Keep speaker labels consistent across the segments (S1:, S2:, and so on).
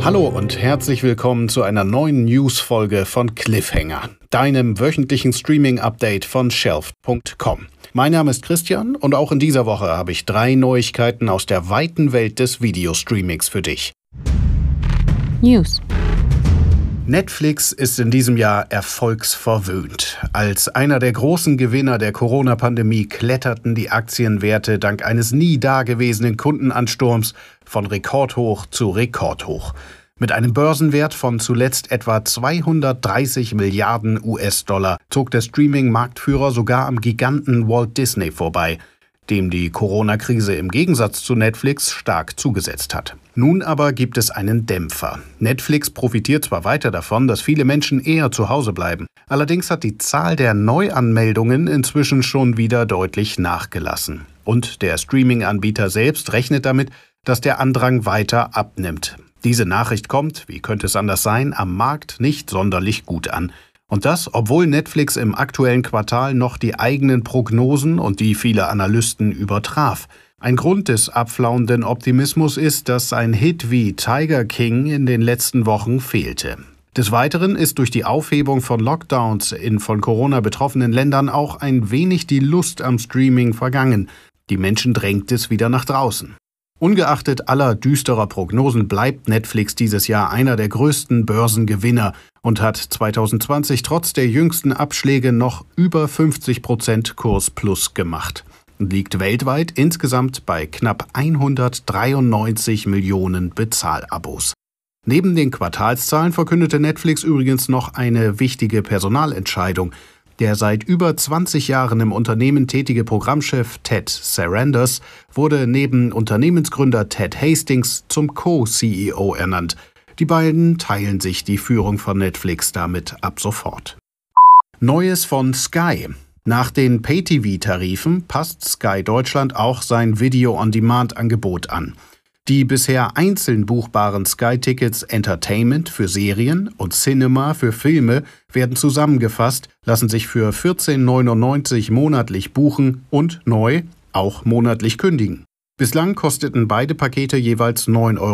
S1: Hallo und herzlich willkommen zu einer neuen News-Folge von Cliffhanger, deinem wöchentlichen Streaming-Update von Shelf.com. Mein Name ist Christian und auch in dieser Woche habe ich 3 Neuigkeiten aus der weiten Welt des Videostreamings für dich.
S2: News.
S1: Netflix ist in diesem Jahr erfolgsverwöhnt. Als einer der großen Gewinner der Corona-Pandemie kletterten die Aktienwerte dank eines nie dagewesenen Kundenansturms von Rekordhoch zu Rekordhoch. Mit einem Börsenwert von zuletzt etwa 230 Milliarden US-Dollar zog der Streaming-Marktführer sogar am Giganten Walt Disney vorbei, dem die Corona-Krise im Gegensatz zu Netflix stark zugesetzt hat. Nun aber gibt es einen Dämpfer. Netflix profitiert zwar weiter davon, dass viele Menschen eher zu Hause bleiben, allerdings hat die Zahl der Neuanmeldungen inzwischen schon wieder deutlich nachgelassen. Und der Streaming-Anbieter selbst rechnet damit, dass der Andrang weiter abnimmt. Diese Nachricht kommt, wie könnte es anders sein, am Markt nicht sonderlich gut an. Und das, obwohl Netflix im aktuellen Quartal noch die eigenen Prognosen und die vieler Analysten übertraf. Ein Grund des abflauenden Optimismus ist, dass ein Hit wie Tiger King in den letzten Wochen fehlte. Des Weiteren ist durch die Aufhebung von Lockdowns in von Corona betroffenen Ländern auch ein wenig die Lust am Streaming vergangen. Die Menschen drängt es wieder nach draußen. Ungeachtet aller düsterer Prognosen bleibt Netflix dieses Jahr einer der größten Börsengewinner und hat 2020 trotz der jüngsten Abschläge noch über 50% Kursplus gemacht und liegt weltweit insgesamt bei knapp 193 Millionen Bezahlabos. Neben den Quartalszahlen verkündete Netflix übrigens noch eine wichtige Personalentscheidung. Der seit über 20 Jahren im Unternehmen tätige Programmchef Ted Sarandos wurde neben Unternehmensgründer Ted Hastings zum Co-CEO ernannt. Die beiden teilen sich die Führung von Netflix damit ab sofort. Neues von Sky. Nach den Pay-TV-Tarifen passt Sky Deutschland auch sein Video-on-Demand-Angebot an. Die bisher einzeln buchbaren Sky-Tickets Entertainment für Serien und Cinema für Filme werden zusammengefasst, lassen sich für 14,99 € monatlich buchen und neu auch monatlich kündigen. Bislang kosteten beide Pakete jeweils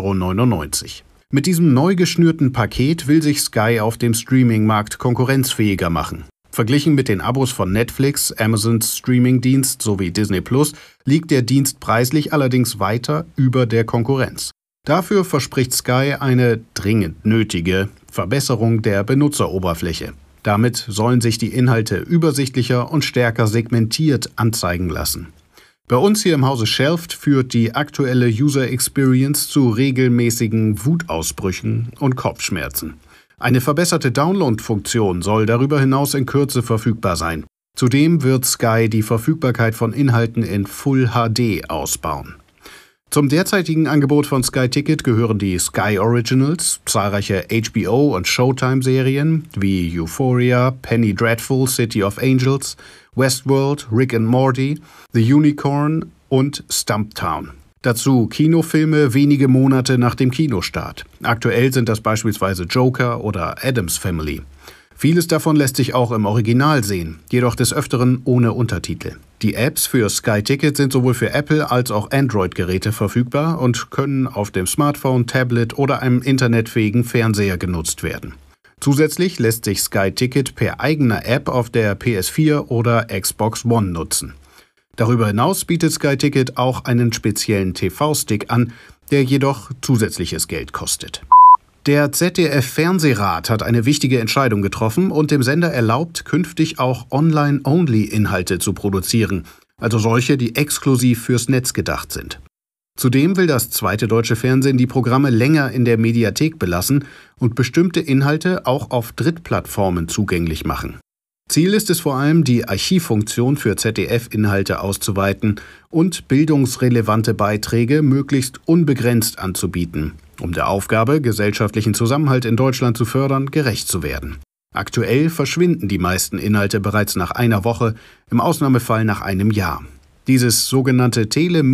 S1: 9,99 €. Mit diesem neu geschnürten Paket will sich Sky auf dem Streaming-Markt konkurrenzfähiger machen. Verglichen mit den Abos von Netflix, Amazons Streaming-Dienst sowie Disney Plus liegt der Dienst preislich allerdings weiter über der Konkurrenz. Dafür verspricht Sky eine dringend nötige Verbesserung der Benutzeroberfläche. Damit sollen sich die Inhalte übersichtlicher und stärker segmentiert anzeigen lassen. Bei uns hier im Hause Shelft führt die aktuelle User Experience zu regelmäßigen Wutausbrüchen und Kopfschmerzen. Eine verbesserte Download-Funktion soll darüber hinaus in Kürze verfügbar sein. Zudem wird Sky die Verfügbarkeit von Inhalten in Full HD ausbauen. Zum derzeitigen Angebot von Sky Ticket gehören die Sky Originals, zahlreiche HBO- und Showtime-Serien wie Euphoria, Penny Dreadful, City of Angels, Westworld, Rick and Morty, The Unicorn und Stumptown. Dazu Kinofilme wenige Monate nach dem Kinostart. Aktuell sind das beispielsweise Joker oder Addams Family. Vieles davon lässt sich auch im Original sehen, jedoch des Öfteren ohne Untertitel. Die Apps für Sky Ticket sind sowohl für Apple- als auch Android-Geräte verfügbar und können auf dem Smartphone, Tablet oder einem internetfähigen Fernseher genutzt werden. Zusätzlich lässt sich Sky Ticket per eigener App auf der PS4 oder Xbox One nutzen. Darüber hinaus bietet Sky Ticket auch einen speziellen TV-Stick an, der jedoch zusätzliches Geld kostet. Der ZDF-Fernsehrat hat eine wichtige Entscheidung getroffen und dem Sender erlaubt, künftig auch Online-Only-Inhalte zu produzieren, also solche, die exklusiv fürs Netz gedacht sind. Zudem will das zweite deutsche Fernsehen die Programme länger in der Mediathek belassen und bestimmte Inhalte auch auf Drittplattformen zugänglich machen. Ziel ist es vor allem, die Archivfunktion für ZDF-Inhalte auszuweiten und bildungsrelevante Beiträge möglichst unbegrenzt anzubieten, um der Aufgabe, gesellschaftlichen Zusammenhalt in Deutschland zu fördern, gerecht zu werden. Aktuell verschwinden die meisten Inhalte bereits nach einer Woche, im Ausnahmefall nach einem Jahr. Dieses sogenannte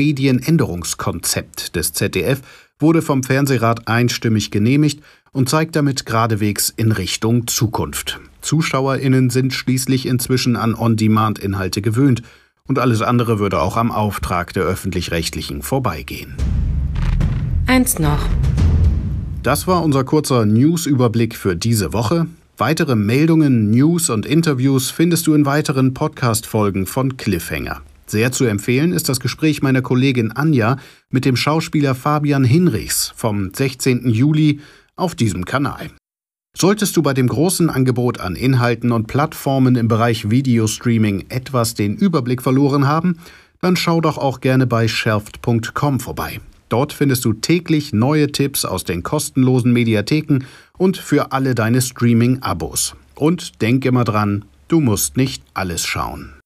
S1: Telemedienänderungskonzept des ZDF wurde vom Fernsehrat einstimmig genehmigt und zeigt damit geradewegs in Richtung Zukunft. ZuschauerInnen sind schließlich inzwischen an On-Demand-Inhalte gewöhnt und alles andere würde auch am Auftrag der Öffentlich-Rechtlichen vorbeigehen.
S2: Eins noch.
S1: Das war unser kurzer News-Überblick für diese Woche. Weitere Meldungen, News und Interviews findest du in weiteren Podcast-Folgen von Cliffhanger. Sehr zu empfehlen ist das Gespräch meiner Kollegin Anja mit dem Schauspieler Fabian Hinrichs vom 16. Juli auf diesem Kanal. Solltest du bei dem großen Angebot an Inhalten und Plattformen im Bereich Videostreaming etwas den Überblick verloren haben, dann schau doch auch gerne bei shelft.com vorbei. Dort findest du täglich neue Tipps aus den kostenlosen Mediatheken und für alle deine Streaming-Abos. Und denk immer dran, du musst nicht alles schauen.